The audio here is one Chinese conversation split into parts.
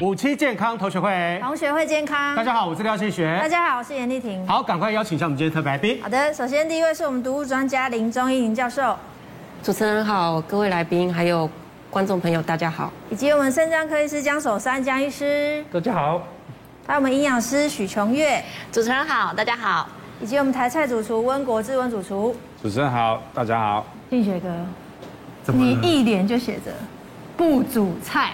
母亲健康同学会， 同学会健康。 大家好，我是廖庆学。 大家好，我是严丽婷。 好，赶快邀请一下我们今天特别来宾。 好的，首先第一位是我们毒物专家林宗英林教授。 主持人好，各位来宾还有观众朋友，大家好。 以及我们肾脏科医师江守山江医师。 大家好。 还有我们营养师许琼月。 主持人好，大家好。 以及我们台菜主厨温国志温主厨。 主持人好，大家好。 庆学哥，你一脸就写着不煮菜，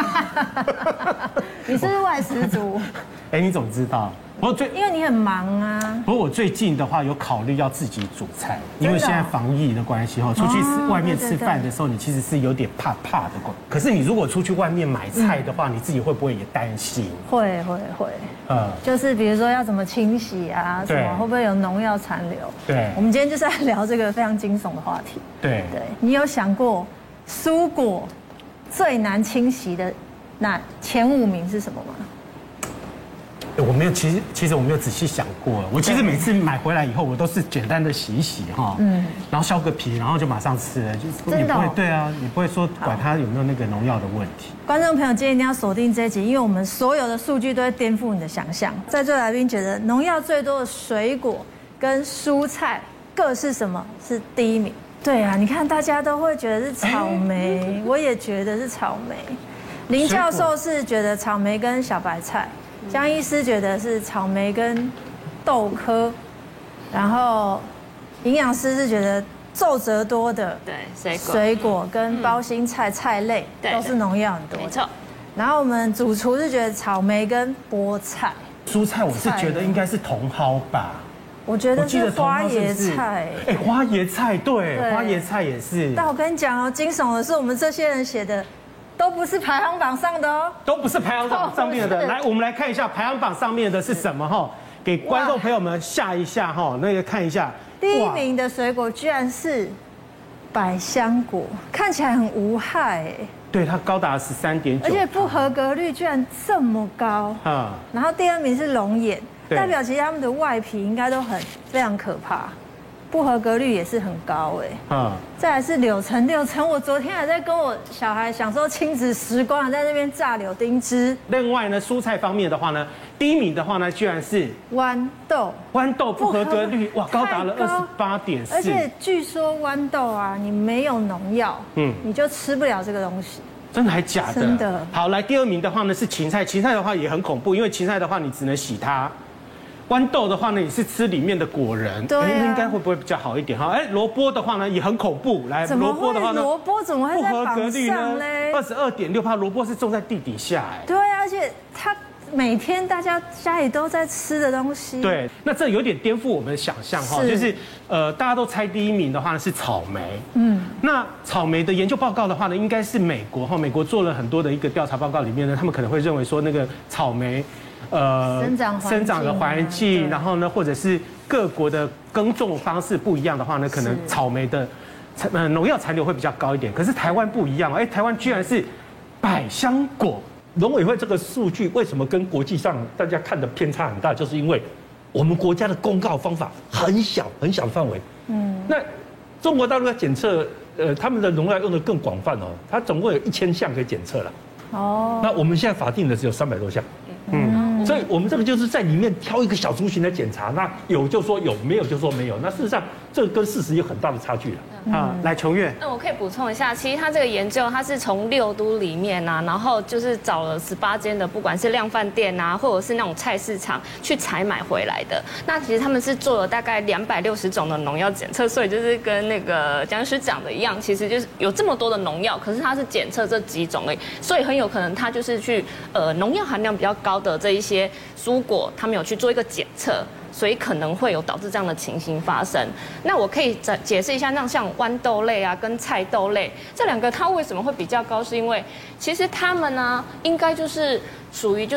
你是不是外食族？ 哎，你怎么知道？ 因为你很忙啊。 不过我最近的话有考虑要自己煮菜，因为现在防疫的关系哈，出去外面吃饭的时候，你其实是有点怕的。可是你如果出去外面买菜的话，你自己会不会也担心？ 会。就是比如说要怎么清洗啊，什么会不会有农药残留？ 对。我们今天就是在聊这个非常惊悚的话题。 对。 你有想过蔬果最难清洗的那前5名是什么吗？ 我没有，其实我没有仔细想过。我其实每次买回来以后，我都是简单的洗一洗哈，然后削个皮，然后就马上吃了，就是也不会对啊，你不会说管它有没有那个农药的问题。 观众朋友今天一定要锁定这一集，因为我们所有的数据都会颠覆你的想象。在座来宾觉得农药最多的水果跟蔬菜各是什么？是第一名。对啊，你看大家都会觉得是草莓，我也觉得是草莓。林教授是觉得草莓跟小白菜。江医师觉得是草莓跟豆科，然后营养师是觉得皱褶多的水果跟包心菜菜类都是农药很多， 没错。 然后我们主厨是觉得草莓跟菠菜， 蔬菜我是觉得应该是茼蒿吧， 我觉得是花椰菜。 哎，花椰菜对，花椰菜也是。 但我跟你讲哦，惊悚的是我们这些人写的。都不是排行榜上的哦， 都不是排行榜上面的。来，我们来看一下排行榜上面的是什么哈，给观众朋友们吓一下哈，那个看一下。 第一名的水果居然是百香果，看起来很无害哎。 对，它高达13.9， 而且不合格率居然这么高啊。然后第2名是龙眼，代表其实他们的外皮应该都非常可怕。不合格率也是很高哎，再来是柳橙，我昨天还在跟我小孩享受亲子时光，在那边榨柳丁汁。 另外呢，蔬菜方面的话呢，第1名的话呢，居然是豌豆不合格率哇，高达了28.4， 而且据说豌豆啊，你没有农药，你就吃不了这个东西。 真的还假的？ 真的。 好，来第2名的话呢是芹菜的话也很恐怖，因为芹菜的话你只能洗它。豌豆的话呢，也是吃里面的果仁， 对， 应该会不会比较好一点哈？哎，萝卜的话呢，也很恐怖。来， 萝卜的话呢，萝卜怎么会在榜上呢 ？22.6%，萝卜是种在地底下哎。 对啊，而且它每天大家家里都在吃的东西。 对，那这有点颠覆我们的想象哈，就是大家都猜第1名的话呢是草莓，那草莓的研究报告的话呢，应该是美国哈，美国做了很多的一个调查报告里面呢，他们可能会认为说那个草莓。生长的环境，然后呢，或者是各国的耕种方式不一样的话呢，可能草莓的农药残留会比较高一点。可是台湾不一样，哎，台湾居然是百香果。 农委会这个数据为什么跟国际上大家看的偏差很大？就是因为我们国家的公告方法很小的范围。那中国大陆要检测，他们的农药用的更广泛哦，它总共有1000项可以检测了。那我们现在法定的只有300多项。所以我们这个就是在里面挑一个小族群来检查，那有就说有，没有就说没有。那事实上，这个跟事实有很大的差距了。 来琼月， 那我可以补充一下，其实他这个研究，他是从6都里面啊，然后就是找了18间的，不管是量贩店啊，或者是那种菜市场去采买回来的。那其实他们是做了大概260种的农药检测，所以就是跟那个江医师讲的一样，其实就是有这么多的农药，可是他是检测这几种而已，所以很有可能他就是去农药含量比较高的这一些蔬果，他们有去做一个检测，所以可能会有导致这样的情形发生。那我可以解释一下，那像豌豆类啊跟菜豆类这2个，它为什么会比较高？是因为其实它们呢，应该就是属于就是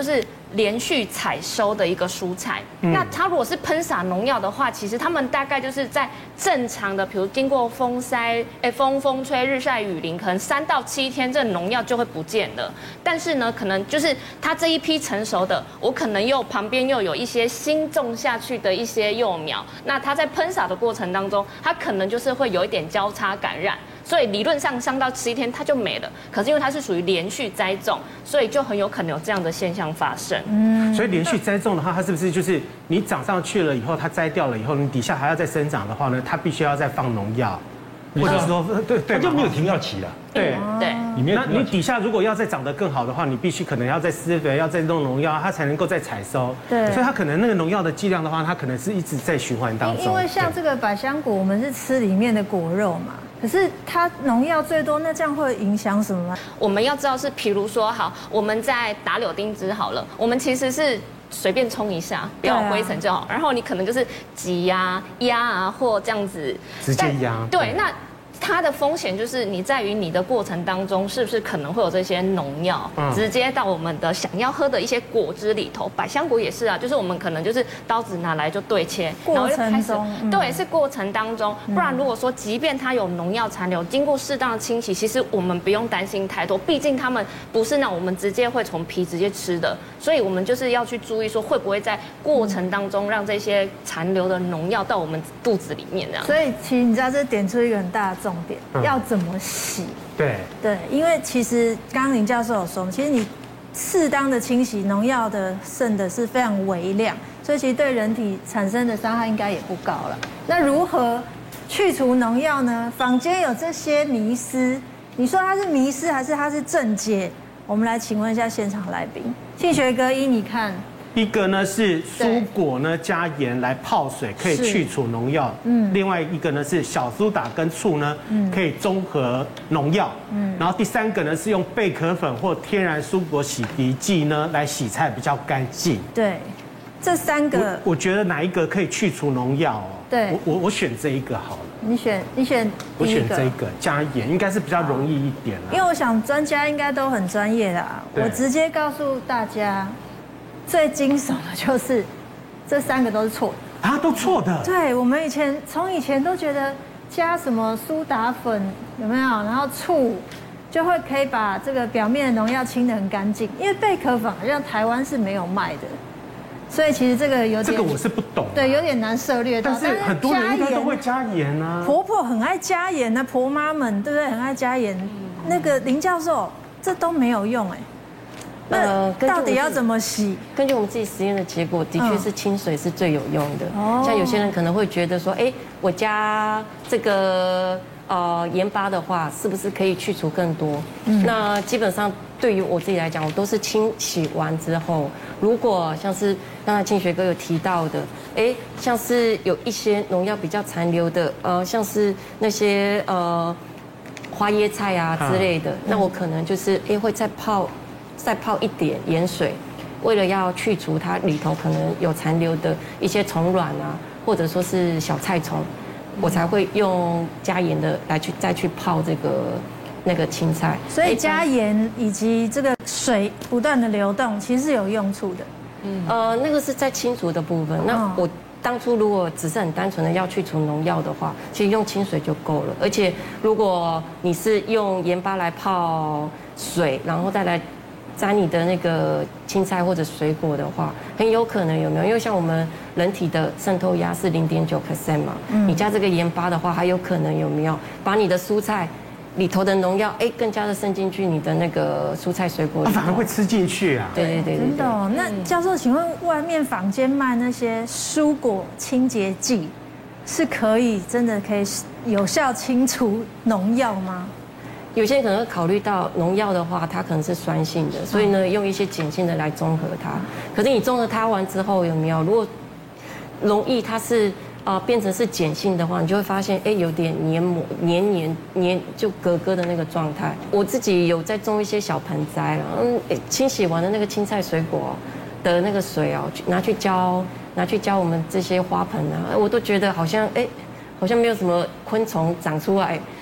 连续采收的一个蔬菜。那它如果是喷洒农药的话，其实他们大概就是在正常的，比如经过风吹日晒雨淋，可能3到7天，这农药就会不见了。但是呢，可能就是它这一批成熟的，我可能旁边又有一些新种下去的一些幼苗，那它在喷洒的过程当中，它可能就是会有一点交叉感染。所以理论上3到7天它就没了，可是因为它是属于连续栽种，所以就很有可能有这样的现象发生。 所以连续栽种的话，它是不是就是你长上去了以后，它摘掉了以后，你底下还要再生长的话呢，它必须要再放农药，或者说对， 它就没有停药期了。 对，那你底下如果要再长得更好的话，你必须可能要再施肥，要再弄农药，它才能够再采收。 对， 所以它可能那个农药的剂量的话，它可能是一直在循环当中。 因为像这个百香果，我们是吃里面的果肉嘛。可是它农药最多，那这样会影响什么吗？ 我们要知道是，比如说好，我们在打柳丁汁好了，我们其实是随便冲一下，不要有灰尘就好。然后你可能就是挤啊、压啊，或这样子直接压。 对，那它的风险就是你在于你的过程当中，是不是可能会有这些农药直接到我们的想要喝的一些果汁里头？百香果也是啊，就是我们可能就是刀子拿来就对切，然后就开始对，是过程当中。不然如果说即便它有农药残留，经过适当的清洗，其实我们不用担心太多，毕竟它们不是那种我们直接会从皮直接吃的，所以我们就是要去注意说会不会在过程当中让这些残留的农药到我们肚子里面这样。 所以其实你知道这点出一个很大的重点，要怎么洗？ 对， 因为其实刚刚林教授有说，其实你适当的清洗，农药的剩的是非常微量，所以其实对人体产生的伤害应该也不高了。那如何去除农药呢？坊间有这些迷思，你说它是迷思还是它是正解？我们来请问一下现场来宾，庆学哥依你看。 一个呢是蔬果呢加盐来泡水，可以去除农药。另外一个呢是小苏打跟醋呢，可以中和农药。然后第3个呢是用贝壳粉或天然蔬果洗涤剂呢来洗菜比较干净。 对，这3个我觉得哪一个可以去除农药哦？ 对， 我选这一个好了。 你选我选这个加盐，应该是比较容易一点啦。 因为我想专家应该都很专业啦，我直接告诉大家。最惊悚的就是这3个都是错的啊，都错的。 对，我们从以前都觉得加什么苏打粉有没有，然后醋就会可以把这个表面的农药清得很干净，因为贝壳粉好像台湾是没有卖的，所以其实这个有点这个我是不懂， 对，有点难涉猎到。 但是很多人应该都会加盐啊， 婆婆很爱加盐啊，婆妈们对不对？很爱加盐。那个林教授，这都没有用哎。那到底要怎么洗？ 根据我们自己实验的结果，的确是清水是最有用的。像有些人可能会觉得说，哎，我加这个盐巴的话，是不是可以去除更多？那基本上对于我自己来讲，我都是清洗完之后，如果像是刚才庆学哥有提到的，哎，像是有一些农药比较残留的，像是那些花椰菜啊之类的，那我可能就是会再泡一点盐水，为了要去除它里头可能有残留的一些虫卵啊，或者说是小菜虫，我才会用加盐的再去泡那个青菜。 所以加盐以及这个水不断的流动，其实是有用处的。 那个是在清除的部分。那我当初如果只是很单纯的要去除农药的话，其实用清水就够了。而且如果你是用盐巴来泡水，然后再来沾你的那个青菜或者水果的话，很有可能有没有？因为像我们人体的渗透压是0.9% 嘛，你加这个盐巴的话，还有可能有没有把你的蔬菜里头的农药更加的渗进去你的那个蔬菜水果里， 反而会吃进去啊。 对， 真的哦。那教授，请问外面坊间卖那些蔬果清洁剂，是可以真的可以有效清除农药吗？ 有些人可能会考虑到农药的话，它可能是酸性的，所以呢，用一些碱性的来中和它。可是你中和它完之后，有没有？如果容易它是变成是碱性的话，你就会发现有点黏就格格的那个状态。我自己有在种一些小盆栽了，清洗完的那个青菜水果的那个水拿去浇我们这些花盆啊，我都觉得好像没有什么昆虫长出来，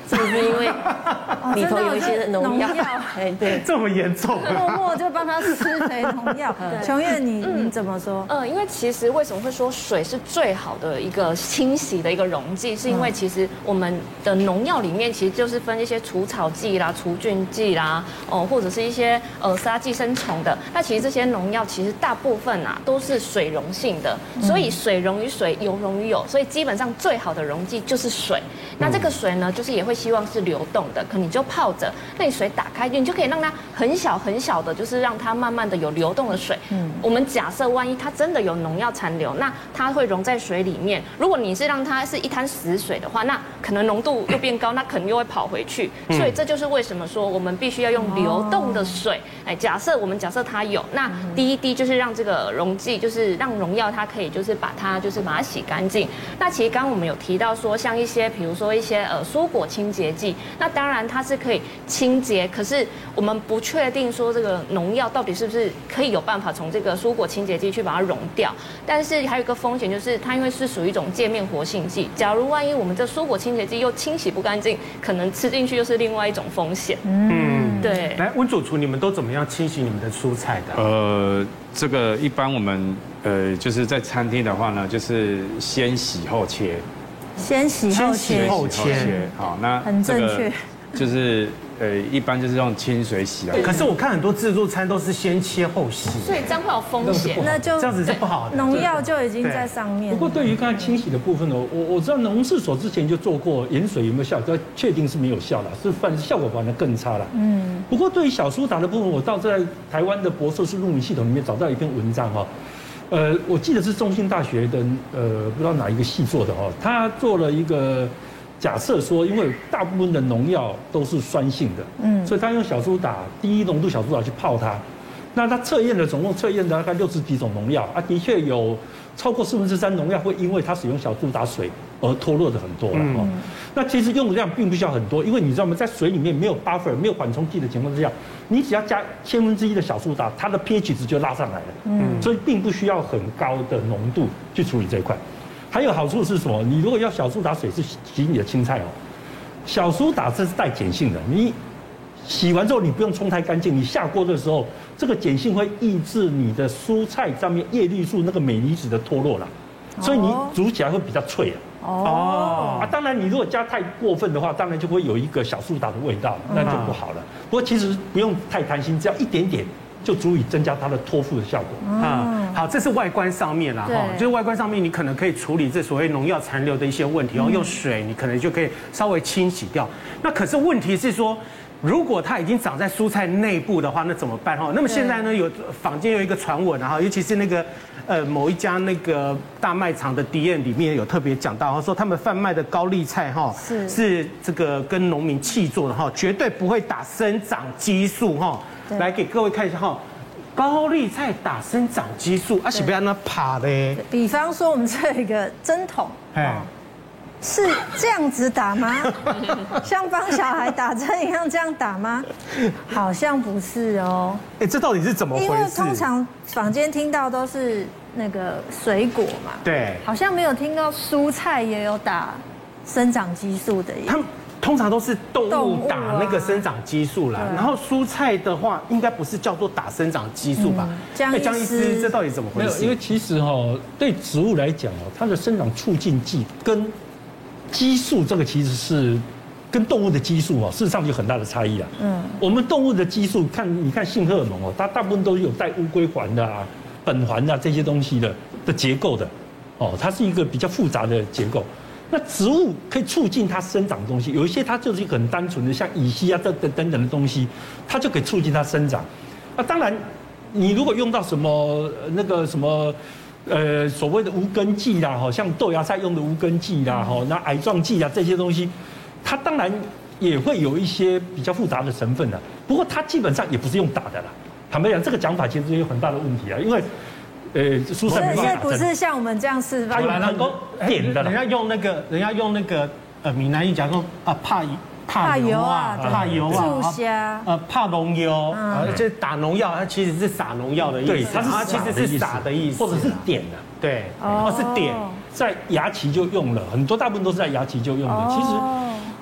是不是因为里头有一些农药？ 哎， 对， 这么严重， 默默就帮他施肥农药。琼燕，你怎么说？ 因为其实为什么会说水是最好的一个清洗的一个溶剂，是因为其实我们的农药里面其实就是分一些除草剂啦、除菌剂啦，或者是一些杀寄生虫的。那其实这些农药其实大部分啊都是水溶性的，所以水溶于水，油溶于油，所以基本上最好的溶剂就是水。那这个水呢，就是也会希望是流动的，可你就泡着，那你水打开，你就可以让它很小很小的，就是让它慢慢的有流动的水。我们假设万一它真的有农药残留，那它会溶在水里面。如果你是让它是一滩死水的话，那可能浓度又变高，那可能又会跑回去。所以这就是为什么说我们必须要用流动的水。假设它有，那第一滴就是让这个溶剂，就是让农药它可以就是把它洗干净。那其实刚刚我们有提到说，像一些比如说一些蔬果清洁剂，那当然它是可以清洁，可是我们不确定说这个农药到底是不是可以有办法从这个蔬果清洁剂去把它溶掉。但是还有一个风险就是它因为是属于一种界面活性剂，假如万一我们这蔬果清洁剂又清洗不干净，可能吃进去又是另外一种风险。对。 来，温主厨，你们都怎么样清洗你们的蔬菜的？ 这个一般我们就是在餐厅的话呢，就是先洗后切。 先洗后切， 好，那很正确。 就是一般就是用清水洗啊。 可是我看很多自助餐都是先切后洗， 所以这样会有风险， 那就这样子是不好的。 农药就已经在上面。 不过对于刚才清洗的部分呢，我知道农事所之前就做过盐水有没有效，这确定是没有效的，效果反而更差了。不过对于小苏打的部分，我到在台湾的博硕士论文系统里面找到一篇文章哈。我记得是中兴大学的不知道哪一个系做的哦，他做了一个假设说，因为大部分的农药都是酸性的，所以他用小苏打低浓度小苏打去泡它，那他总共测验了大概60几种农药啊，的确有超过3/4农药会因为它使用小苏打水而脱落的很多了哦。那其实用的量并不需要很多，因为你知道吗，在水里面没有 buffer 没有缓冲剂的情况之下，你只要加1/1000的小苏打，它的 pH 值就拉上来了。所以并不需要很高的浓度去处理这一块。还有好处是什么？你如果要小苏打水是洗你的青菜哦，小苏打这是带碱性的，你洗完之后你不用冲太干净，你下锅的时候，这个碱性会抑制你的蔬菜上面叶绿素那个镁离子的脱落啦，所以你煮起来会比较脆啊。当然你如果加太过分的话，当然就会有一个小苏打的味道，那就不好了。不过其实不用太贪心，只要一点点就足以增加它的脱肤的效果。 好，这是外观上面啦，就是外观上面你可能可以处理这所谓农药残留的一些问题，然后用水你可能就可以稍微清洗掉。那可是问题是说，如果它已经长在蔬菜内部的话，那怎么办哈？那么现在呢，有坊间有一个传闻啊，尤其是那个某一家那个大卖场的 DM 里面有特别讲到，说他们贩卖的高丽菜哈是这个跟农民契作的哈，绝对不会打生长激素哈。来给各位看一下哈。高丽菜打生长激素，而且不要那爬嘞。 比方说，我们这有一个针筒，是这样子打吗？像帮小孩打针一样这样打吗？好像不是哦。 这到底是怎么回事？ 因为通常坊间听到都是那个水果嘛， 对， 好像没有听到蔬菜也有打生长激素的耶。 通常都是动物打那个生长激素啦，然后蔬菜的话，应该不是叫做打生长激素吧？江医师，这到底怎么回事？ 因为其实对植物来讲它的生长促进剂跟激素这个其实是跟动物的激素事实上有很大的差异啊。我们动物的激素你看性荷尔蒙它大部分都有带乌龟环的苯环这些东西的结构的它是一个比较复杂的结构。那植物可以促进它生长的东西，有一些它就是一个很单纯的，像乙烯等等的东西，它就可以促进它生长。当然，你如果用到什么那个什么所谓的无根剂啦，像豆芽菜用的无根剂啦，那癌状剂这些东西，它当然也会有一些比较复杂的成分的。不过它基本上也不是用打的啦。坦白讲，这个讲法其实有很大的问题啊，因为。蔬菜没办法打针， 不是像我们这样示范， 能够点的，人家用那个闽南语讲说怕油啊， 注虾， 怕农药，就是打农药，它其实是撒农药的意思， 对，它其实是撒的意思， 或者是点的， 对，是点， 在芽期就用了很多，大部分都是在芽期就用的。其实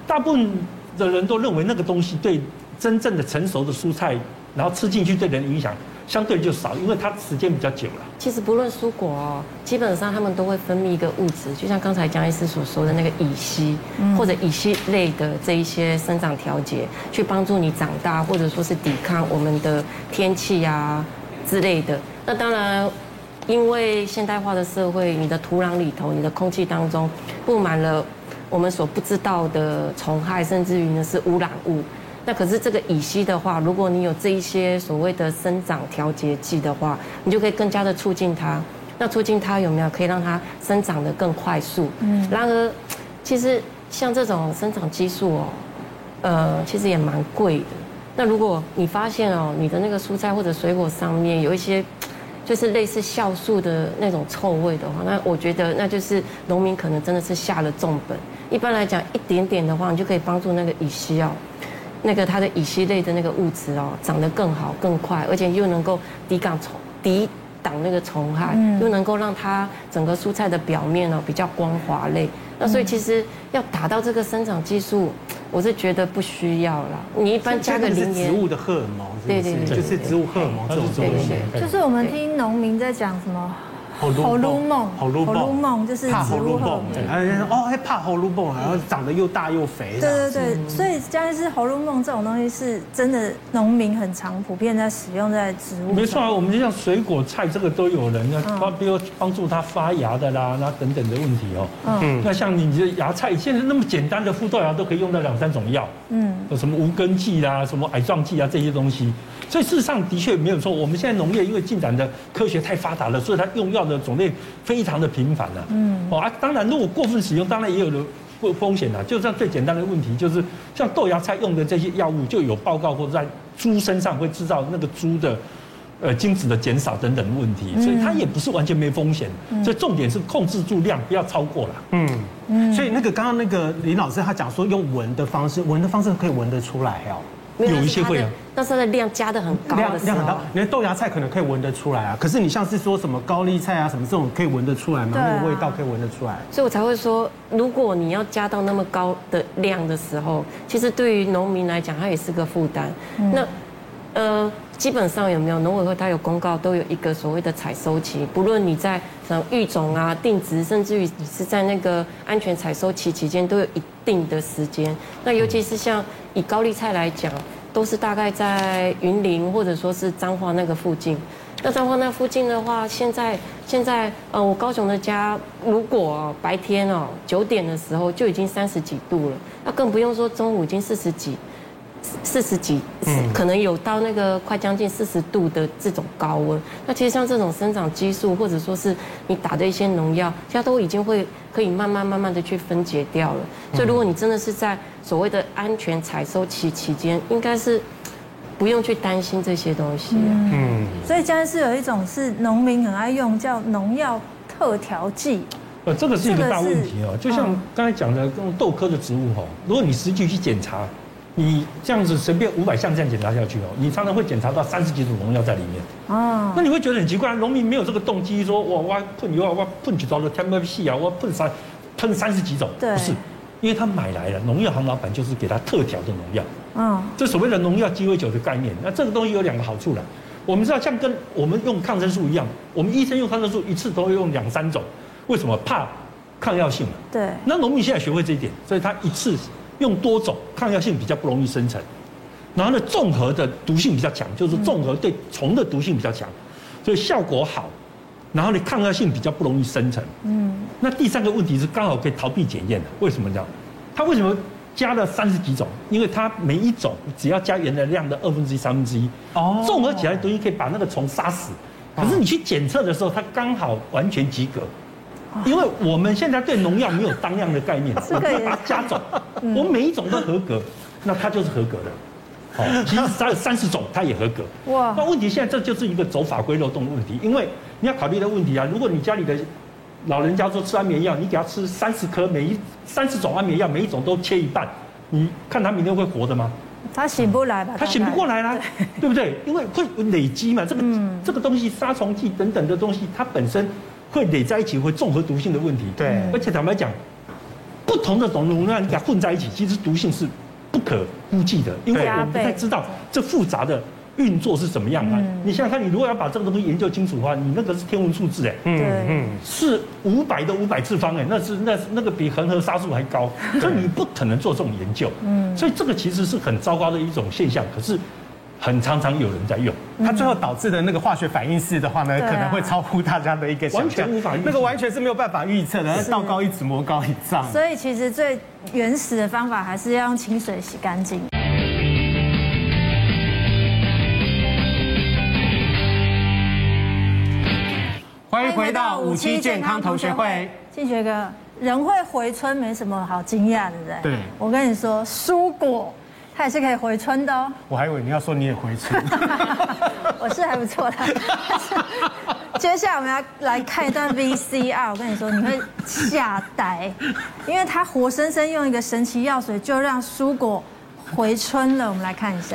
大部分的人都认为那个东西对真正的成熟的蔬菜，然后吃进去对人影响相对就少，因为它时间比较久了。 其实不论蔬果哦，基本上他们都会分泌一个物质，就像刚才江医师所说的那个乙烯，或者乙烯类的这一些生长调节，去帮助你长大，或者说是抵抗我们的天气啊之类的。那当然，因为现代化的社会，你的土壤里头、你的空气当中布满了我们所不知道的虫害，甚至于呢是污染物。那可是这个乙烯的话，如果你有这一些所谓的生长调节剂的话，你就可以更加的促进它。那促进它有没有可以让它生长得更快速？然而，其实像这种生长激素哦，其实也蛮贵的。那如果你发现哦，你的那个蔬菜或者水果上面有一些就是类似酵素的那种臭味的话，那我觉得那就是农民可能真的是下了重本。一般来讲，一点点的话，你就可以帮助那个乙烯哦。那个它的乙烯类的那个物质哦，长得更好更快，而且又能够抵挡那个虫害，又能够让它整个蔬菜的表面哦比较光滑类。那所以其实要达到这个生长激素，我是觉得不需要啦。你一般加个磷盐， 植物的荷尔蒙，对，就是植物荷尔蒙这种东西。 就是我们听农民在讲什么。喉咙梦就是植物荷尔蒙， 还怕喉咙梦，然后长得又大又肥。 对，所以江医师，喉咙梦这种东西是真的，农民很常普遍在使用在植物。 没错啊，我们就像水果菜这个都有人，比如帮助它发芽的啦，那等等的问题哦。那像你的芽菜，现在那么简单的辅导芽都可以用到2、3种药，有什么无根剂啦，什么癌状剂啊这些东西。所以事实上的确没有错，我们现在农业因为进展的科学太发达了，所以它用药的种类非常的频繁了。当然如果过分使用，当然也有了风险啦。就像最简单的问题，就是像豆芽菜用的这些药物，就有报告过在猪身上会制造那个猪的精子的减少等等的问题，所以它也不是完全没风险。所以重点是控制住量，不要超过了。 所以刚刚那个林老师他讲说用闻的方式可以闻得出来哦。 有一些会啊， 但是它的量加的很高的时候， 量很高。你的豆芽菜可能可以闻得出来啊，可是你像是说什么高丽菜啊什么这种可以闻得出来吗？那个味道可以闻得出来。 所以我才会说，如果你要加到那么高的量的时候，其实对于农民来讲，它也是个负担。那基本上有没有农委会它有公告，都有一个所谓的采收期，不论你在育种啊、定植，甚至于你是在那个安全采收期期间，都有一定的时间。那尤其是像以高丽菜来讲，都是大概在云林或者说是彰化那个附近。那彰化那附近的话，现在我高雄的家，如果白天9点的时候就已经30几度了，那更不用说中午已经40几，可能有到那个快将近40度的这种高温。那其实像这种生长激素，或者说是你打的一些农药，它都已经可以慢慢的去分解掉了。所以如果你真的是在所谓的安全采收期期间，应该是不用去担心这些东西。 所以江医师有一种是农民很爱用，叫农药特调剂。 这个是一个大问题哦。就像刚才讲的，用豆科的植物如果你实际去检查。你这样子随便500项这样检查下去你常常会检查到30几种农药在里面。那你会觉得很奇怪，农民没有这个动机说，我喷油啊，我喷几招的天麦细啊，我喷30几种，不是，因为他买来了，农药行老板就是给他特调的农药。这所谓的农药鸡尾酒的概念，那这个东西有2个好处了。我们知道，像跟我们用抗生素一样，我们医生用抗生素一次都会用2、3种，为什么？怕抗药性嘛。 对。那农民现在学会这一点，所以他一次用多种，抗药性比较不容易生成，然后呢，综合的毒性比较强，就是综合对虫的毒性比较强，所以效果好，然后呢，抗药性比较不容易生成。那第3个问题是刚好可以逃避检验的，为什么这样？它为什么加了30几种？因为它每一种只要加原来量的1/2、1/3，综合起来的东西可以把那个虫杀死。可是你去检测的时候，它刚好完全及格。因为我们现在对农药没有当量的概念，我可以把它加种，我每一种都合格，那它就是合格的。其实只要有30种，它也合格。那问题现在这就是一个走法规漏洞的问题，因为你要考虑的问题啊，如果你家里的老人家说吃安眠药，你给他吃30颗，30种安眠药，每一种都切一半，你看他明天会活的吗？ 他醒不来吧？ 他醒不过来啦，对不对？因为会累积嘛，这个东西杀虫剂等等的东西，它本身会累在一起，会综合毒性的问题。 对， 而且坦白讲， 不同的农药你给它混在一起，其实毒性是不可估计的，因为我们不太知道这复杂的运作是怎么样啊。你想想看，你如果要把这个东西研究清楚的话，你那个是天文数字是500的500次方那个比恒河沙数还高，所以你不可能做这种研究。所以这个其实是很糟糕的一种现象，可是很常常有人在用， 它最后导致的那个化学反应式的话呢，可能会超乎大家的一个想象， 完全无法预测， 那个完全是没有办法预测的，道高一尺，魔高一丈。 所以其实最原始的方法还是要用清水洗干净。 欢迎回到57健康同学会。 庆学哥，人会回春没什么好惊讶，对不对？ 对。 我跟你说，蔬果它也是可以回春的哦。 我还以为你要说你也回春。 我是还不错的。接下来我们要来看一段 VCR， 我跟你说你会吓呆，因为它活生生用一个神奇药水就让蔬果回春了。我们来看一下。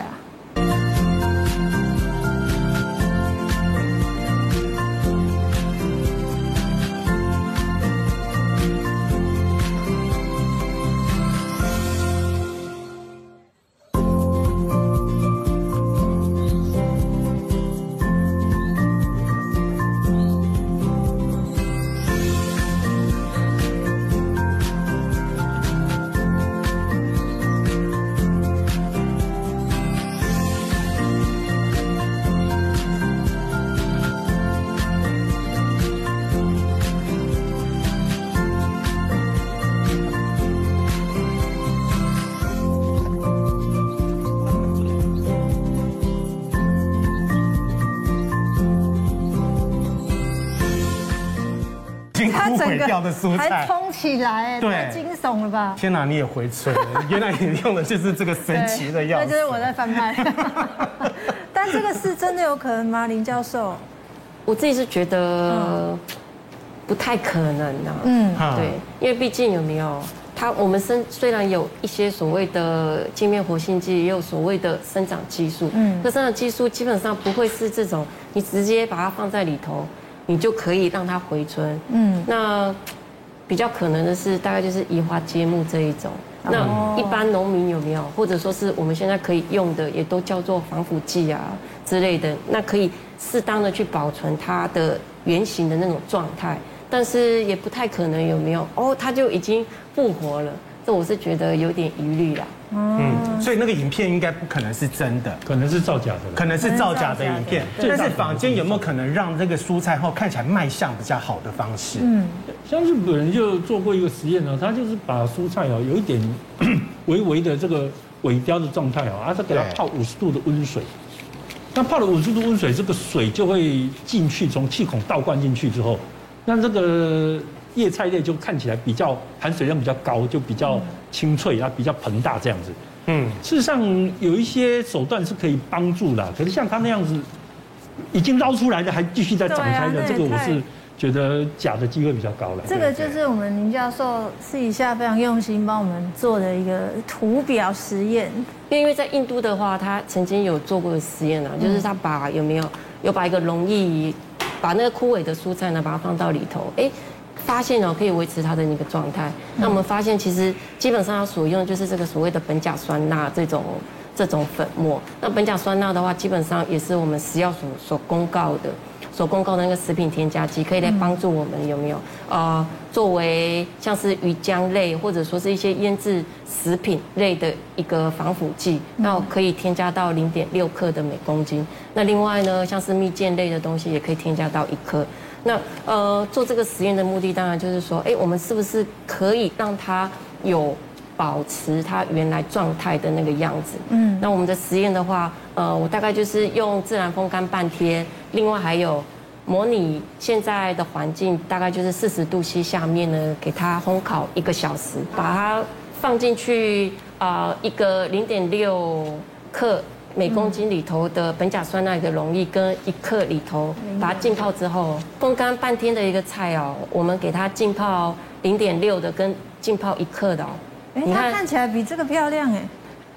它整个还通起来，太惊悚了吧！ 天哪，你也回春了！原来你用的就是这个神奇的药， 对，就是我在翻拍。但这个是真的有可能吗，林教授？ 我自己是觉得不太可能啊。对，因为毕竟有没有我们虽然有一些所谓的界面活性剂，也有所谓的生长激素，可生长激素基本上不会是这种你直接把它放在里头，你就可以让它回春。那比较可能的是，大概就是移花接木这一种。那一般农民有没有，或者说是我们现在可以用的，也都叫做防腐剂啊之类的，那可以适当的去保存它的原型的那种状态，但是也不太可能有没有它就已经复活了，这我是觉得有点疑虑啦。 所以那个影片应该不可能是真的， 可能是造假的， 可能是造假的影片。但是坊间有没有可能让这个蔬菜后看起来卖相比较好的方式？ 像日本人就做过一个实验呢，他就是把蔬菜有一点微微的这个萎凋的状态他给它泡50度的温水。那泡了50度温水，这个水就会进去，从气孔倒灌进去之后，那这个叶菜类就看起来比较含水量比较高，就比较清脆比较膨大这样子。事实上有一些手段是可以帮助啦，可是像他那样子已经捞出来的还继续在展开的，这个我是觉得假的机会比较高了。 这个就是我们林教授私底下非常用心帮我们做的一个图表实验。 因为在印度的话，他曾经有做过的实验就是他把有把一个溶液，把那个枯萎的蔬菜呢，把它放到里头，发现可以维持它的那个状态。那我们发现其实基本上要所用的就是这个所谓的苯甲酸钠这种粉末。那苯甲酸钠的话，基本上也是我们食药署所公告的那个食品添加剂，可以来帮助我们有没有作为像是鱼浆类或者说是一些腌制食品类的一个防腐剂，那可以添加到0.6克的每公斤。那另外呢，像是蜜饯类的东西也可以添加到1克。那做这个实验的目的当然就是说，我们是不是可以让它有保持它原来状态的那个样子？那我们的实验的话，我大概就是用自然风干半天，另外还有模拟现在的环境，大概就是40度C 下面呢，给它烘烤1个小时，把它放进去一个0.6克每公斤里头的苯甲酸钠的溶液跟1克里头，把它浸泡之后，风干半天的一个菜我们给它浸泡0.6的跟浸泡1克的它看起来比这个漂亮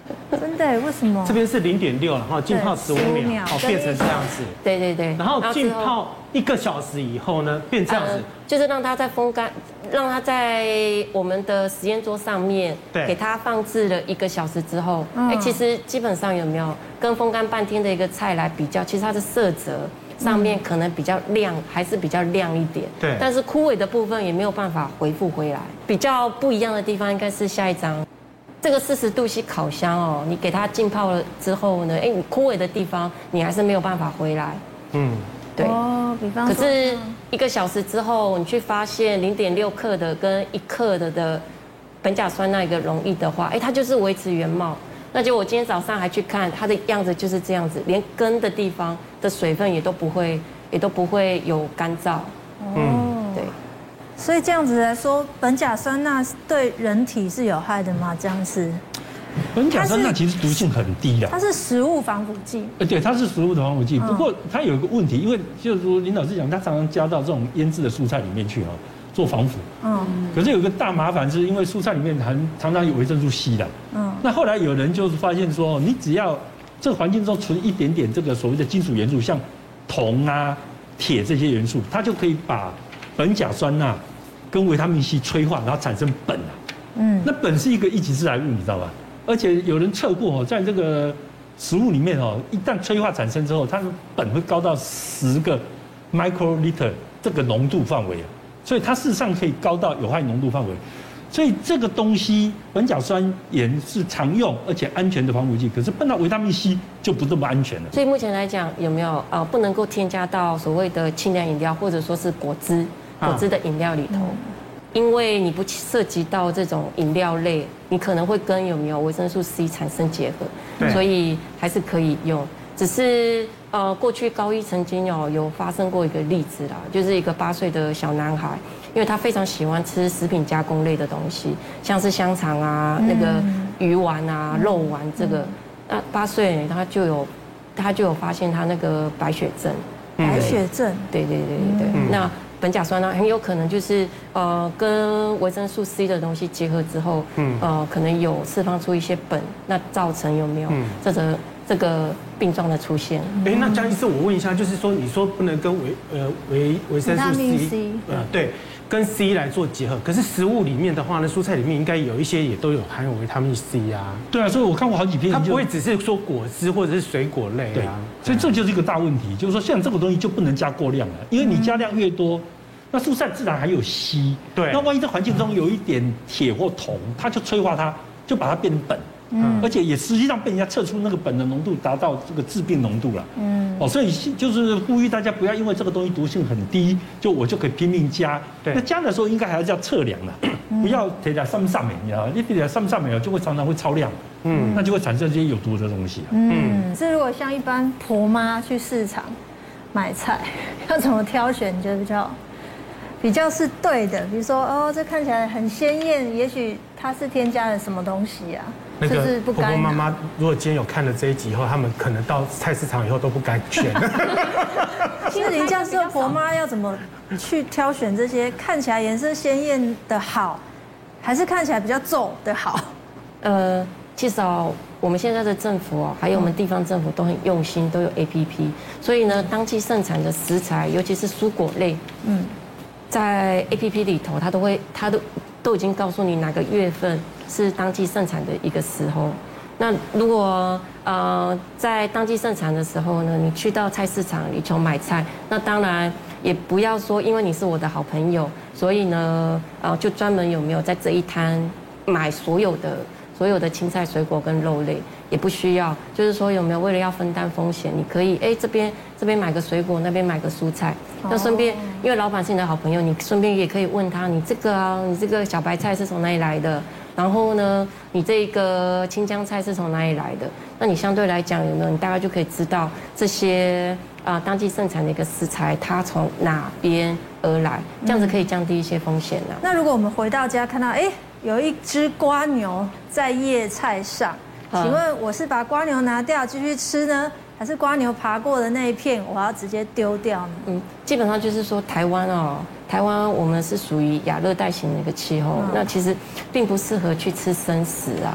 真的？为什么？ 这边是0.6，然后浸泡15秒，变成这样子。 对对对。 然后浸泡1个小时以后呢，变这样子， 就是让它在风干，让它在我们的实验桌上面，给它放置了1个小时之后，其实基本上有没有跟风干半天的一个菜来比较，其实它的色泽上面可能比较亮，还是比较亮一点。 对。 但是枯萎的部分也没有办法恢复回来。比较不一样的地方应该是下一张。这个40度C烤箱哦，你给它浸泡了之后呢，你枯萎的地方你还是没有办法回来。对。 比方说。 可是1个小时之后，你去发现0.6克的跟1克的苯甲酸钠一个溶液的话，它就是维持原貌。那就我今天早上还去看它的样子就是这样子，连根的地方的水分也都不会有干燥。对。 所以这样子来说，苯甲酸钠对人体是有害的吗？这样是？ 苯甲酸钠其实毒性很低的， 它是食物防腐剂。 对，它是食物的防腐剂。不过它有一个问题，因为就是说林老师讲，它常常加到这种腌制的蔬菜里面去做防腐。可是有一个大麻烦，是因为蔬菜里面常常有维生素 C 的。那后来有人就是发现说，你只要这个环境中存一点点这个所谓的金属元素，像铜啊、铁这些元素，它就可以把苯甲酸钠跟维他命 C 催化，然后产生苯啊。那苯是一个一级致癌物，你知道吧？而且有人测过在这个食物里面一旦催化产生之后，它的苯会高到10个 microliter 这个浓度范围啊，所以它事实上可以高到有害浓度范围。所以这个东西苯甲酸盐是常用而且安全的防腐剂，可是碰到维他命 C 就不这么安全了。 所以目前来讲，有没有不能够添加到所谓的清凉饮料或者说是果汁的饮料里头？因为你不涉及到这种饮料类，你可能会跟有没有维生素 C 产生结合，所以还是可以用。只是过去高一曾经有发生过一个例子啦，就是一个8岁的小男孩，因为他非常喜欢吃食品加工类的东西，像是香肠啊、那个鱼丸啊、肉丸这个，那8岁他就有发现他那个白血症。 白血症。 对。那苯甲酸钠很有可能就是跟维生素 C 的东西结合之后，可能有释放出一些苯，那造成有没有这个病状的出现？ 那江医师，我问一下，就是说你说不能跟维生素 C， 对，跟 C 来做结合，可是食物里面的话呢，蔬菜里面应该有一些也都有含有维他命 C 啊。 对啊，所以我看过好几篇， 它不会只是说果汁或者是水果类啊。 所以这就是一个大问题，就是说像这个东西就不能加过量了，因为你加量越多，那蔬菜自然还有硒。 对。 那万一在环境中有一点铁或铜，它就催化它，就把它变成苯。而且也实际上被人家测出那个苯的浓度达到这个致病浓度了。所以就是呼吁大家不要因为这个东西毒性很低，我就可以拼命加。那加的时候应该还是要测量的，不要贴在上面，你知道吗？你贴在上面就会常常会超量，那就会产生这些有毒的东西。 是如果像一般婆妈去市场买菜，要怎么挑选？你觉得比较是对的？比如说这看起来很鲜艳，也许它是添加了什么东西啊？ 那个婆婆妈妈如果今天有看了这一集以后，他们可能到菜市场以后都不敢选。 其实您这样说，婆妈要怎么去挑选这些看起来颜色鲜艳的好，还是看起来比较皱的好？ 其实我们现在的政府还有我们地方政府都很用心，都有 APP， 所以呢，当季盛产的食材，尤其是蔬果类，在 APP 里头，它都已经告诉你哪个月份是当季盛产的一个时候。那如果在当季盛产的时候呢，你去到菜市场里头买菜，那当然也不要说因为你是我的好朋友，所以呢就专门有没有在这一摊买所有的青菜、水果跟肉类，也不需要。就是说有没有为了要分担风险，你可以这边买个水果，那边买个蔬菜。那顺便，因为老板是你的好朋友，你顺便也可以问他，你这个小白菜是从哪里来的？然后呢，你这个青江菜是从哪里来的？那你相对来讲有没有？你大概就可以知道这些当季盛产的一个食材，它从哪边而来，这样子可以降低一些风险啊。 那如果我们回到家看到有一只蝸牛在叶菜上，请问我是把蝸牛拿掉继续吃呢，还是蝸牛爬过的那一片我要直接丢掉呢？ 基本上就是说台湾我们是属于亚热带型的一个气候，那其实并不适合去吃生食啊。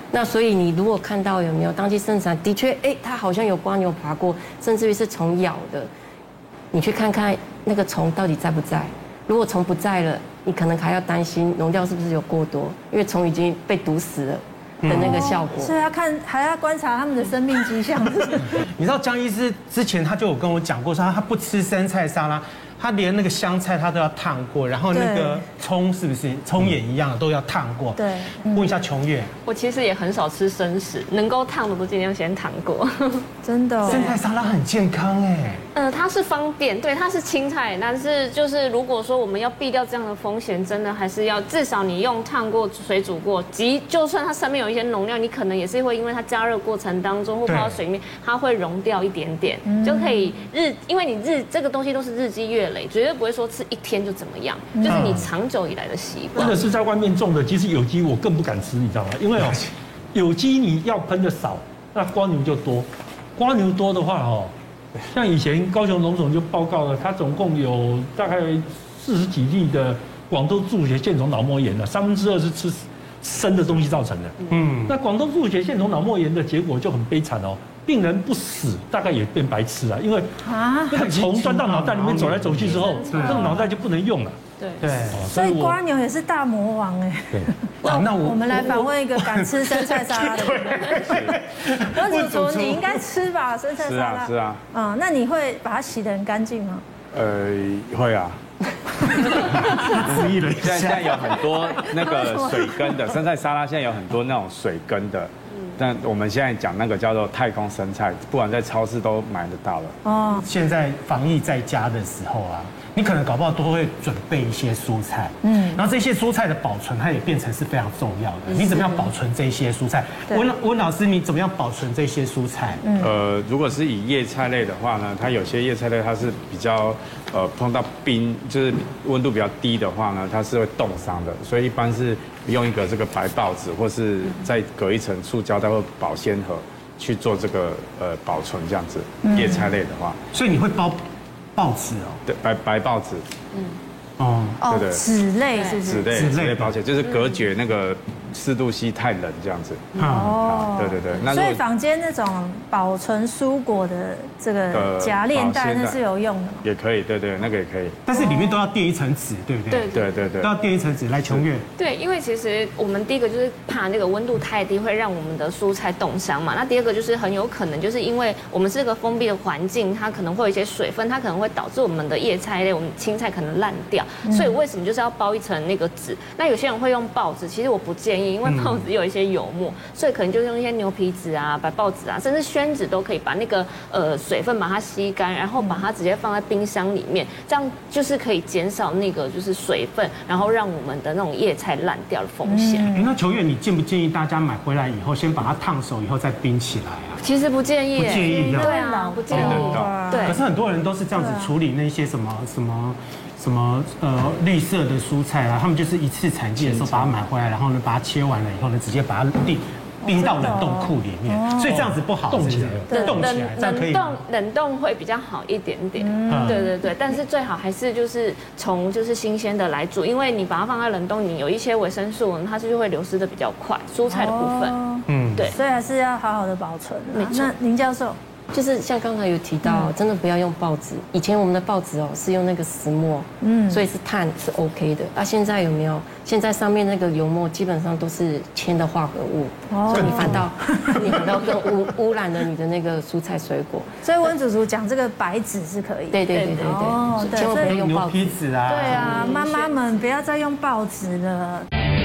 那所以你如果看到有没有当季生产，的确，它好像有蜗牛爬过，甚至于是虫咬的，你去看看那个虫到底在不在。如果虫不在了，你可能还要担心农药是不是有过多，因为虫已经被毒死了的那个效果。 所以还要观察他们的生命迹象。 你知道江医师之前他就有跟我讲过，说他不吃生菜沙拉。他连那个香菜他都要烫过，然后那个葱是不是葱也一样都要烫过？ 对。 问一下琼月， 我其实也很少吃生食，能够烫的都尽量先烫过。 真的。 生菜沙拉很健康哎。 它是方便，对，它是青菜，但是就是如果说我们要避掉这样的风险，真的还是要至少你用烫过、水煮过，就算它上面有一些农药，你可能也是会因为它加热过程当中或泡到水里面，它会溶掉一点点，就可以因为你这个东西都是日积月累，绝对不会说吃一天就怎么样，就是你长久以来的习惯。 真的是在外面种的，其实有机我更不敢吃，你知道吗？因为有机你要喷的少，那蜗牛就多，蜗牛多的话像以前高雄农总就报告了，他总共有大概40几例的广东猪血线虫脑膜炎了，2/3是吃生的东西造成的。那广东猪血线虫脑膜炎的结果就很悲惨哦，病人不死，大概也变白痴了，因为那个虫钻到脑袋里面走来走去之后，那个脑袋就不能用了。 对， 所以蜗牛也是大魔王哎。 对， 那我们来访问一个敢吃生菜沙拉的人。温主厨，你应该吃吧，生菜沙拉。 是啊。 那你会把它洗得很干净吗？ 会啊。 注意了一下。 现在有很多那个水根的生菜沙拉，现在有很多那种水根的。但我们现在讲那个叫做太空生菜，不管在超市都买得到了。 现在防疫在家的时候啊，你可能搞不好都会准备一些蔬菜，然后这些蔬菜的保存，它也变成是非常重要的。你怎么样保存这些蔬菜？温老师，你怎么样保存这些蔬菜？ 如果是以叶菜类的话呢，它有些叶菜类它是比较碰到冰，就是温度比较低的话呢，它是会冻伤的，所以一般是用一个这个白报纸，或是再隔一层塑胶袋或保鲜盒去做这个保存这样子。叶菜类的话， 所以你会包报纸哦？ 对，白报纸。对， 纸类是不是？ 纸类保险就是隔绝那个4度C太冷这样子。对。 那所以坊间那种保存蔬果的这个夹链袋那是有用的吗？ 也可以，对，那个也可以。 但是里面都要垫一层纸，对不对？ 对， 都要垫一层纸。来，琼月。 对，因为其实我们第一个就是怕那个温度太低会让我们的蔬菜冻伤嘛。那第二个就是很有可能就是因为我们是个封闭的环境，它可能会有一些水分，它可能会导致我们的叶菜类、我们青菜可能烂掉。所以为什么就是要包一层那个纸？那有些人会用报纸，其实我不建议，因为报纸有一些油墨，所以可能就用一些牛皮纸啊、白报纸啊，甚至宣纸都可以把那个水分把它吸干，然后把它直接放在冰箱里面，这样就是可以减少那个就是水分，然后让我们的那种叶菜烂掉的风险。 那琼月，你建不建议大家买回来以后先把它烫熟以后再冰起来啊？ 其实不建议， 不建议的。 对啊，不建议。 对。可是很多人都是这样子处理那些什么绿色的蔬菜啊，他们就是一次产季的时候把它买回来，然后呢把它切完了以后呢，直接把它冰到冷冻库里面，所以这样子不好，冻起来，冻起来，这样可以。 冷冻会比较好一点点，对，但是最好还是就是从就是新鲜的来煮，因为你把它放在冷冻，你有一些维生素，它就会流失的比较快，蔬菜的部分，对， 所以还是要好好的保存。 没错。 那林教授。 就是像刚才有提到，真的不要用报纸。以前我们的报纸是用那个石墨，所以是碳是 OK 的。现在有没有？现在上面那个油墨基本上都是铅的化合物，所以你反倒更污染了你的那个蔬菜水果。 所以温主厨讲这个白纸是可以。 对，千万不要用报纸。 牛皮纸啊。 对啊，妈妈们不要再用报纸了。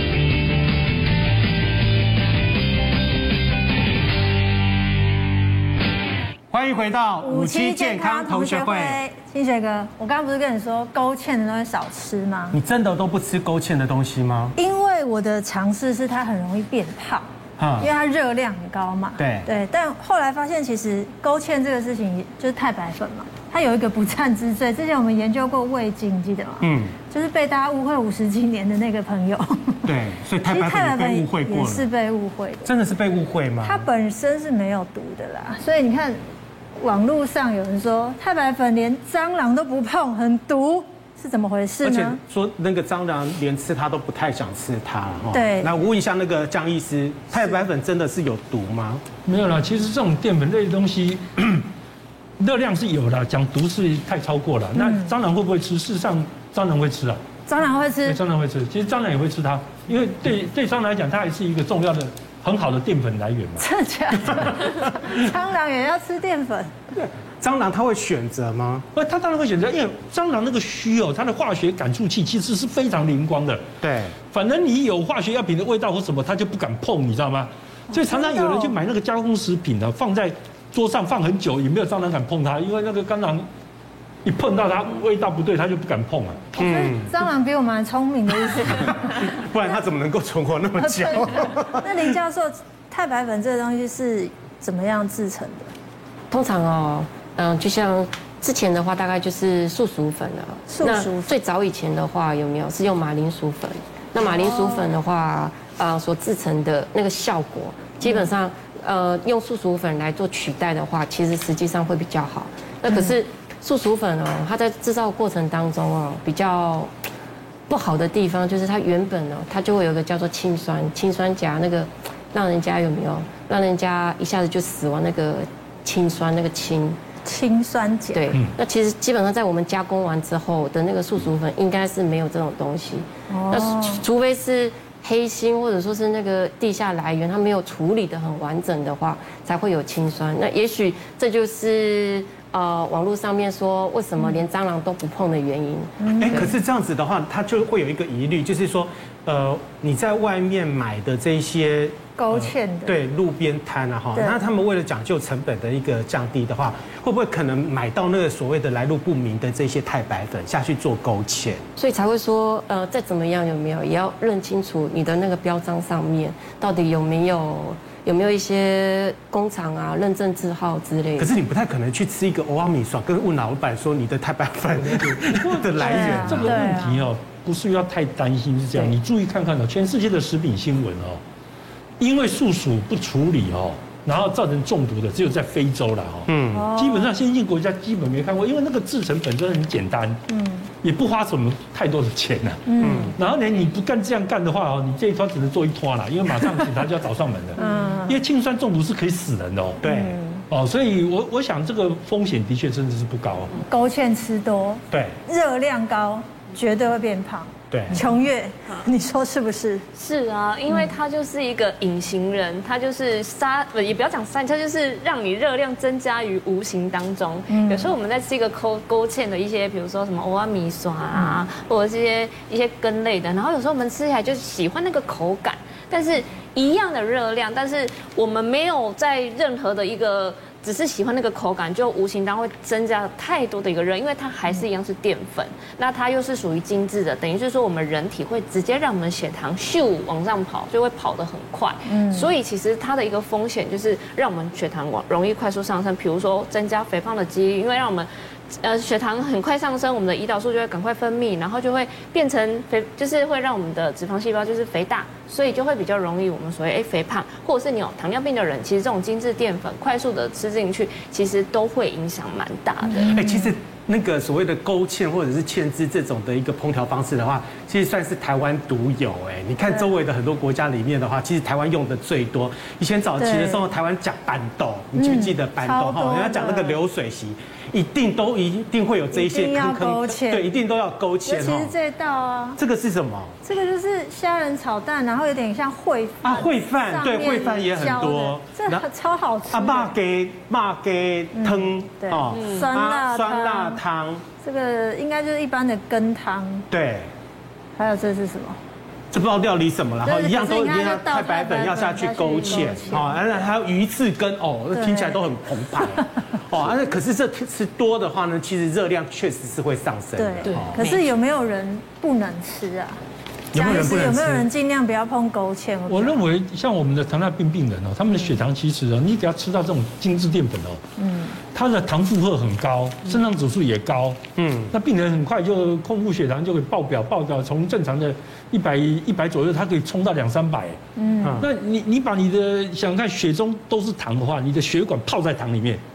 欢迎回到57健康同学会。 清水哥，我刚刚不是跟你说勾芡的东西少吃吗？ 你真的都不吃勾芡的东西吗？ 因为我的尝试是它很容易变胖，因为它热量很高嘛。对，但后来发现其实勾芡这个事情就是太白粉嘛，它有一个不战之罪。之前我们研究过味精，记得吗？就是被大家误会50几年的那个朋友。 对，所以太白粉被误会过了。 也是被误会的。 真的是被误会吗？ 它本身是没有毒的啦，所以你看。网络上有人说太白粉连蟑螂都不碰，很毒。 是怎么回事而且呢？ 说那个蟑螂连吃它都不太想吃它了哈。 对那我问一下那个江医师，太白粉真的是有毒吗？ 没有啦，其实这种淀粉类的东西，热量是有的，讲毒是太超过了。那蟑螂会不会吃？事实上，蟑螂会吃啊。 蟑螂会对， 吃， 蟑螂会吃，其实蟑螂也会吃它，因为对蟑螂来讲，它还是一个重要的、很好的淀粉来源嘛。 真的假的？蟑螂也要吃淀粉？ 蟑螂它会选择吗？ 它当然会选择，因为蟑螂那个须哦，它的化学感触器其实是非常灵光的。 对， 反正你有化学药品的味道或什么，它就不敢碰，你知道吗？所以常常有人去买那个加工食品呢，放在桌上放很久，也没有蟑螂敢碰它，因为那个蟑螂一碰到它味道不对，它就不敢碰了。 蟑螂比我们还聪明的意思。 不然它怎么能够存活那么久？ 那林教授，太白粉这个东西是怎么样制成的？ 通常哦，就像之前的话，大概就是素薯粉啊。 素薯粉那最早以前的话，有没有是用马铃薯粉？那马铃薯粉的话，所制成的那个效果，基本上，用素薯粉来做取代的话，其实实际上会比较好。那可是素薯粉哦，它在制造过程当中哦，比较不好的地方就是它原本哦，它就会有一个叫做氢酸钾，那个让人家有没有让人家一下子就死亡那个氢酸那个氢酸钾。 对，那其实基本上在我们加工完之后的那个素薯粉应该是没有这种东西，那除非是黑心或者说是那个地下来源，它没有处理得很完整的话，才会有氢酸。那也许这就是网络上面说为什么连蟑螂都不碰的原因。 可是这样子的话，它就会有一个疑虑，就是说，你在外面买的这些勾芡的， 对，路边摊啊哈，那他们为了讲究成本的一个降低的话，会不会可能买到那个所谓的来路不明的这些太白粉下去做勾芡？ 所以才会说，再怎么样有没有，也要认清楚你的那个标章上面到底有没有一些工厂啊认证字号之类的。 可是你不太可能去吃一个欧阿米爽，跟问老板说你的太白粉的来源。 这个问题哦，不是要太担心，是这样。你注意看看哦，全世界的食品新闻哦，因为素薯不处理哦，然后造成中毒的只有在非洲了哈。基本上先进国家基本没看过，因为那个制成本身很简单，也不花什么太多的钱呐。然后呢，你不干这样干的话哦，你这一摊只能做一摊了，因为马上警察就要找上门了。因为氢酸中毒是可以死人的哦。 对。 所以我想这个风险的确真的是不高。 勾芡吃多， 对， 热量高，绝对会变胖。 对， 琼月，你说是不是？ 是啊，因为它就是一个隐形人，它就是也不要讲杀，它就是让你热量增加于无形当中。有时候我们在吃一个勾芡的一些，比如说什么欧阿米爽啊，或者是一些根类的，然后有时候我们吃起来就喜欢那个口感，但是一样的热量，但是我们没有在任何的一个。只是喜欢那个口感，就无形当中会增加太多的一个热，因为它还是一样是淀粉，那它又是属于精致的，等于是说我们人体会直接让我们血糖咻往上跑，就会跑得很快。所以其实它的一个风险就是让我们血糖容易快速上升，比如说增加肥胖的几率，因为让我们血糖很快上升，我们的胰岛素就会赶快分泌，然后就会变成就是会让我们的脂肪细胞就是肥大，所以就会比较容易我们所谓肥胖，或者是你有糖尿病的人，其实这种精致淀粉快速的吃进去，其实都会影响蛮大的。 其实那个所谓的勾芡或者是芡汁这种的一个烹调方式的话，其实算是台湾独有。你看周围的很多国家里面的话，其实台湾用的最多。以前早期的时候，台湾讲板豆，你记不记得板豆哈？人家讲那个流水席。一定会有这一些坑，对，一定都要勾芡。 尤其是这道啊， 这个是什么？ 这个就是虾仁炒蛋，然后有点像烩饭烩饭，对，烩饭也很多， 这超好吃。 麻给汤， 哦，酸辣汤，这个应该就是一般的羹汤。 对， 还有这是什么？ 这不知道料理什么了，然后一样都太白粉要下去勾芡，还有鱼翅羹，听起来都很澎湃。可是这吃多的话呢，其实热量确实是会上升的。 对，可是有没有人不能吃啊？ 有没有人尽量不要碰勾芡？ 我认为像我们的糖尿病病人他们的血糖其实你只要吃到这种精致淀粉它的糖负荷很高，肾上指数也高，那病人很快就空腹血糖就会爆表，从正常的100左右，它可以冲到200-300。那你把你的想看血中都是糖的话，你的血管泡在糖里面，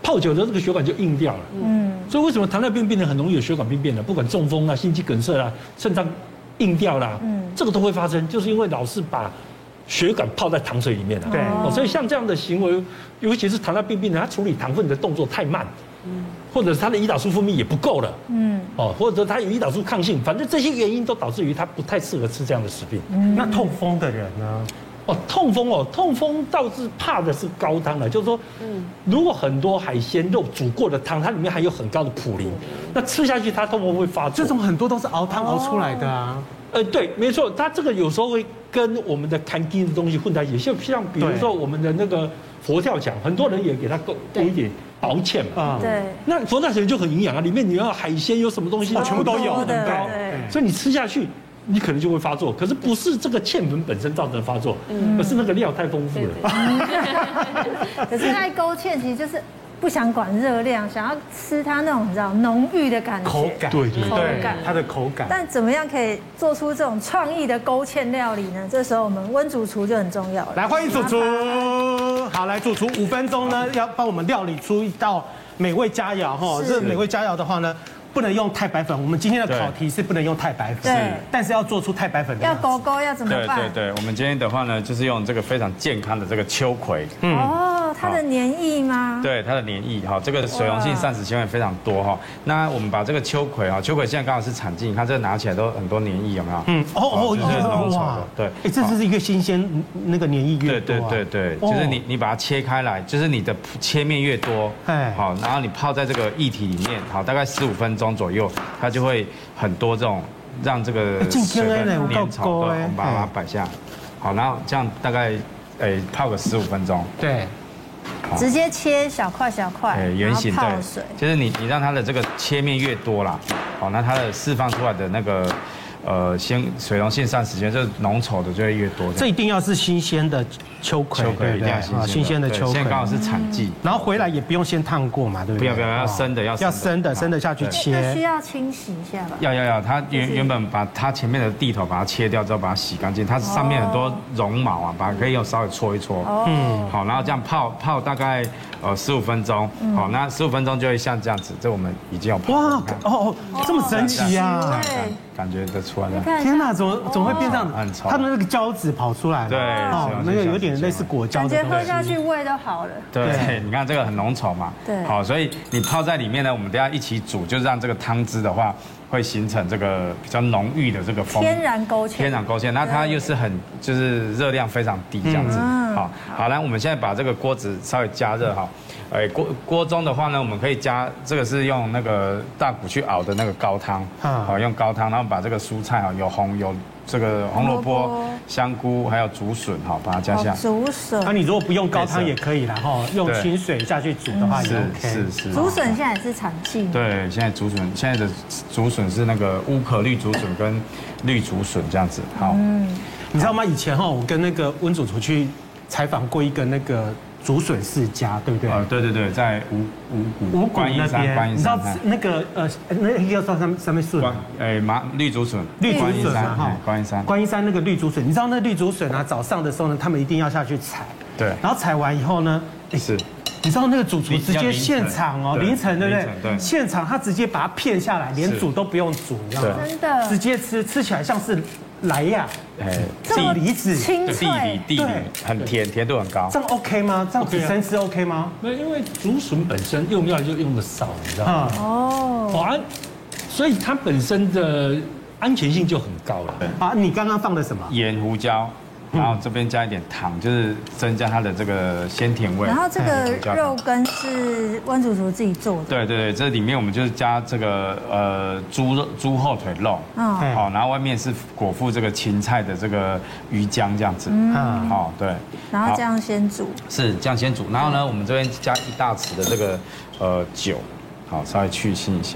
泡久了这个血管就硬掉了。所以为什么糖尿病病人很容易有血管病变呢？不管中风啦、心肌梗塞啦、肾脏硬掉啦，这个都会发生，就是因为老是把血管泡在糖水里面了。 对， 所以像这样的行为，尤其是糖尿病病人，他处理糖分的动作太慢，或者是他的胰岛素分泌也不够了，或者他有胰岛素抗性，反正这些原因都导致于他不太适合吃这样的食品。 那痛风的人呢？ 痛风倒是怕的是高汤了，就是说，如果很多海鲜肉煮过的汤，它里面含有很高的普林，那吃下去它痛风会发作。 这种很多都是熬汤熬出来的啊。 对，没错，它这个有时候会跟我们的肝筋的东西混在一起，像比如说我们的那个佛跳墙，很多人也给它勾一点薄芡嘛。 对。 那佛跳墙就很营养啊，里面你要海鲜有什么东西，全部都有，很高。所以你吃下去，你可能就会发作。可是不是这个芡粉本身造成的发作，而是那个料太丰富了。 可是爱勾芡其实就是不想管热量，想要吃它那种你知道浓郁的感觉， 口感， 对， 它的口感。 但怎么样可以做出这种创意的勾芡料理呢？这时候我们温主厨就很重要了。 来，欢迎主厨。好，来，主厨5分钟呢，要帮我们料理出一道美味佳肴哈。这美味佳肴的话呢，不能用太白粉。我们今天的考题是不能用太白粉， 对， 但是要做出太白粉的样子。 要勾要怎么办？ 对，我们今天的话呢，就是用这个非常健康的这个秋葵。 它的黏液吗？ 对，它的黏液哈，这个水溶性膳食纤维非常多哈。那我们把这个秋葵哈，秋葵现在刚好是产季，你看这拿起来都很多黏液，有没有？就是浓稠的。对， 这是一个新鲜那个黏液越多。 对，就是你把它切开来，就是你的切面越多，好，然后你泡在这个液体里面，好，大概15分钟左右，它就会很多这种让这个水分粘稠。我们把它摆下，好，然后这样大概泡个15分钟。 对。 直接切小块， 圆形泡水， 就是你让它的这个切面越多啦，好，那它的释放出来的那个水溶性膳食纤维就是浓稠的就会越多。 这一定要是新鲜的秋葵， 一定要新鲜的秋葵。 现在刚好是产季， 然后回来也不用先烫过嘛，对不对？ 不要，要生的， 生的下去切。 需要清洗一下吧？ 要，它原本把它前面的地头把它切掉之后，把它洗干净，它上面很多绒毛啊，把它可以用稍微搓一搓。好，然后这样泡大概15分钟，好，那15分钟就会像这样子，这我们已经有泡。 哇，这么神奇啊！ 感觉得出来了。 天哪，怎么会变这样？它的那个胶质跑出来了。 对， 那个有点类似果胶的东西。 感觉喝下去胃都好了。 对，你看这个很浓稠嘛。 对。 好，所以你泡在里面呢，我们等下一起煮，就让这个汤汁的话，会形成这个比较浓郁的这个风。 天然勾芡。 那它又是就是热量非常低这样子。好，来，我们现在把这个锅子稍微加热哈。锅中的话呢，我们可以加这个是用那个大骨去熬的那个高汤，好，用高汤，然后把这个蔬菜啊，有这个红萝卜、香菇，还有竹笋，好，把它加下。 竹笋。 那你如果不用高汤也可以啦，哈，用清水下去煮的话也 OK。 是。 竹笋现在也是产季。 对，现在的竹笋是那个乌壳绿竹笋跟绿竹笋这样子，好。 你知道吗？以前哈，我跟那个温主厨去采访过一个那个竹笋世家，对不对？ 对，在五股那边，你知道那个那个叫什么笋？ 绿竹笋。 观音山那个绿竹笋，你知道那绿竹笋啊，早上的时候呢，他们一定要下去采。 对。 然后采完以后呢， 是。 你知道那个主厨直接现场凌晨对不对？ 对。 现场他直接把它片下来，连煮都不用煮，你知道吗？ 真的。 直接吃起来像是莱呀，地梨子， 地梨很甜度很高。 这样 OK 吗？这样子生吃 OK 吗？ 没有，因为竹笋本身用料就用的少，你知道吗？所以它本身的安全性就很高了。 啊，你刚刚放的什么？ 盐、胡椒。然后这边加一点糖，就是增加它的这个鲜甜味。 然后这个肉羹是温主厨自己做的。 对，这里面我们就是加这个猪后腿肉，好，然后外面是裹附这个芹菜的这个鱼浆这样子，好，对。 然后这样先煮。 是这样先煮，然后呢，我们这边加1大匙的这个酒，好，稍微去腥一下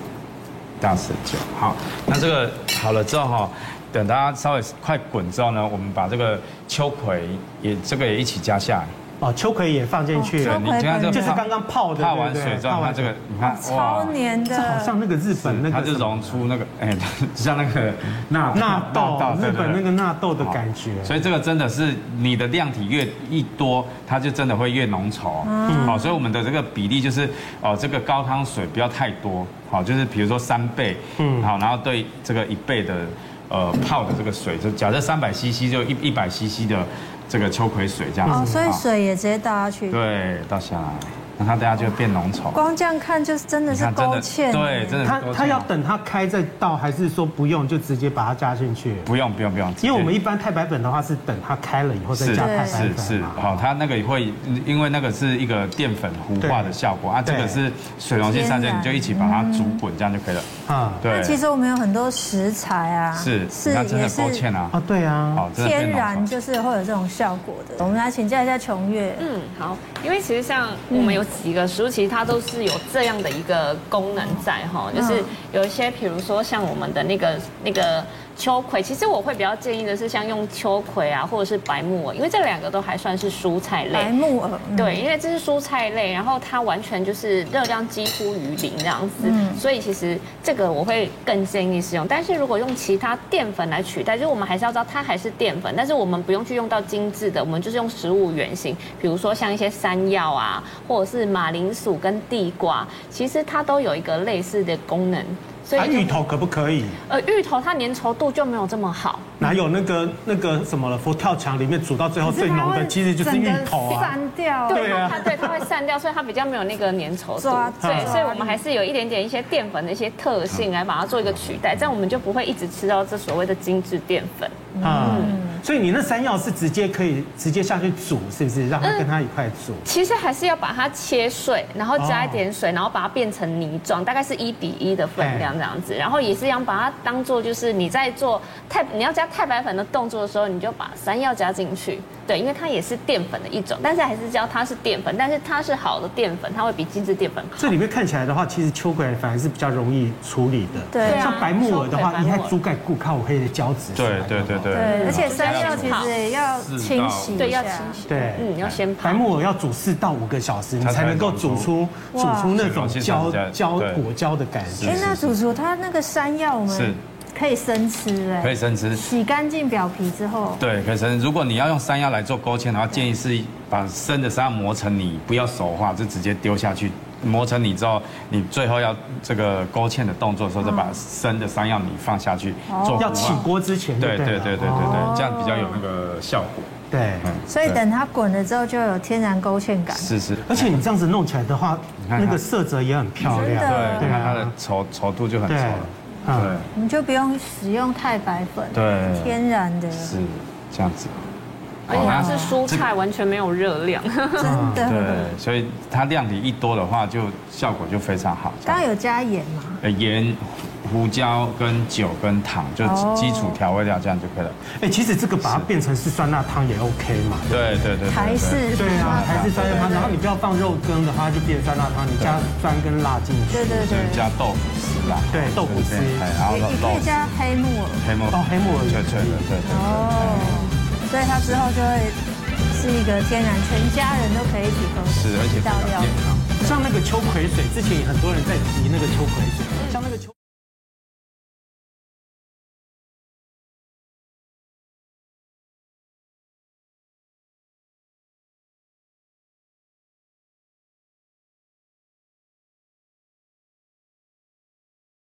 ，1大匙的酒，好，那这个好了之后哈。等它稍微快滚之后呢，我们把这个秋葵也一起加下来。 秋葵也放进去， 秋葵粉就是刚刚泡的， 泡完水之后，它这个你看超黏的， 这好像那个日本那个， 它就溶出那个像那个纳豆，日本那个纳豆的感觉。 所以这个真的是你的量体越多，它就真的会越浓稠。好，所以我们的这个比例就是这个高汤水不要太多，好，就是比如说3倍，好，然后对这个1倍的泡的这个水，就假设300cc 就100cc 的这个秋葵水这样子。 所以水也直接倒下去。 对，倒下来。那它等下就会变浓稠。 光这样看就是真的是勾芡。 对，真的是勾芡。 它要等它开再倒，还是说不用就直接把它加进去？ 不用。 因为我们一般太白粉的话是等它开了以后再加太白粉。 是，好，它那个也会，因为那个是一个淀粉糊化的效果啊，这个是水溶性散热，你就一起把它煮滚，这样就可以了。啊，对。 那其实我们有很多食材啊， 是它真的勾芡啊。 哦，对啊， 天然就是会有这种效果的。我们来请教一下琼月。 好，因为其实像我们有几个食物，其实它都是有这样的一个功能在哈，就是有一些，比如说像我们的那个秋葵，其实我会比较建议的是像用秋葵啊，或者是白木耳，因为这2个都还算是蔬菜类。 白木耳， 对，因为这是蔬菜类，然后它完全就是热量几乎于0这样子，所以其实这个我会更建议使用。但是如果用其他淀粉来取代，就是我们还是要知道它还是淀粉，但是我们不用去用到精致的，我们就是用食物原型，比如说像一些山药啊，或者是马铃薯跟地瓜，其实它都有一个类似的功能。 所以芋头可不可以？ 芋头它粘稠度就没有这么好。 哪有那个什么了？佛跳墙里面煮到最后最浓的其实就是芋头啊， 散掉。 对啊，它会散掉，所以它比较没有那个粘稠度。对，所以我们还是有一点一些淀粉的一些特性来把它做一个取代，这样我们就不会一直吃到这所谓的精致淀粉。 所以你那山药是可以直接下去煮，是不是？让它跟它一块煮？ 其实还是要把它切碎，然后加一点水，然后把它变成泥状，大概是1:1的分量这样子。然后也是一样，把它当做就是你在做你要加太白粉的动作的时候，你就把山药加进去。对，因为它也是淀粉的一种，但是还是教它是淀粉，但是它是好的淀粉，它会比精致淀粉好。 这里面看起来的话，其实秋葵反而是比较容易处理的。 对， 像白木耳的话，你还煮改固靠我可以的胶质。 对， 而且山药其实也要清洗， 对，要清洗。 对， 要先泡。 白木耳要煮4到5个小时，你才能够煮出那种果胶的感觉。 那主厨他那个山药我们可以生吃可以生吃， 洗干净表皮之后， 对，可以生吃。如果你要用山药来做勾芡的话，建议是把生的山药磨成泥，不要熟化，就直接丢下去。磨成泥之后，你最后要这个勾芡的动作的时候，再把生的山药泥放下去做。 要起锅之前。 对，这样比较有那个效果。 对， 所以等它滚了之后，就有天然勾芡感。 是， 而且你这样子弄起来的话，那个色泽也很漂亮。 对，它的稠度就很稠了。对， 你就不用使用太白粉， 对， 天然的， 是这样子。 而且它是蔬菜，完全没有热量， 真的。 对，所以它量体一多的话，就效果就非常好。 刚刚有加盐吗？ 盐、胡椒跟酒跟糖，就基础调味料这样就可以了。 其实这个把它变成是酸辣汤也 OK 嘛。 对。 台式。 对啊，台式酸辣汤，然后你不要放肉羹的话，就变酸辣汤，你加酸跟辣进去。 对。 加豆腐丝啦。 对，豆腐丝， 然后也可以加黑木耳。 黑木耳脆脆的，对。 所以它之后就会是一个天然，全家人都可以一起喝的一道料理。 像那个秋葵水，之前很多人在提那个秋葵水，像那个秋。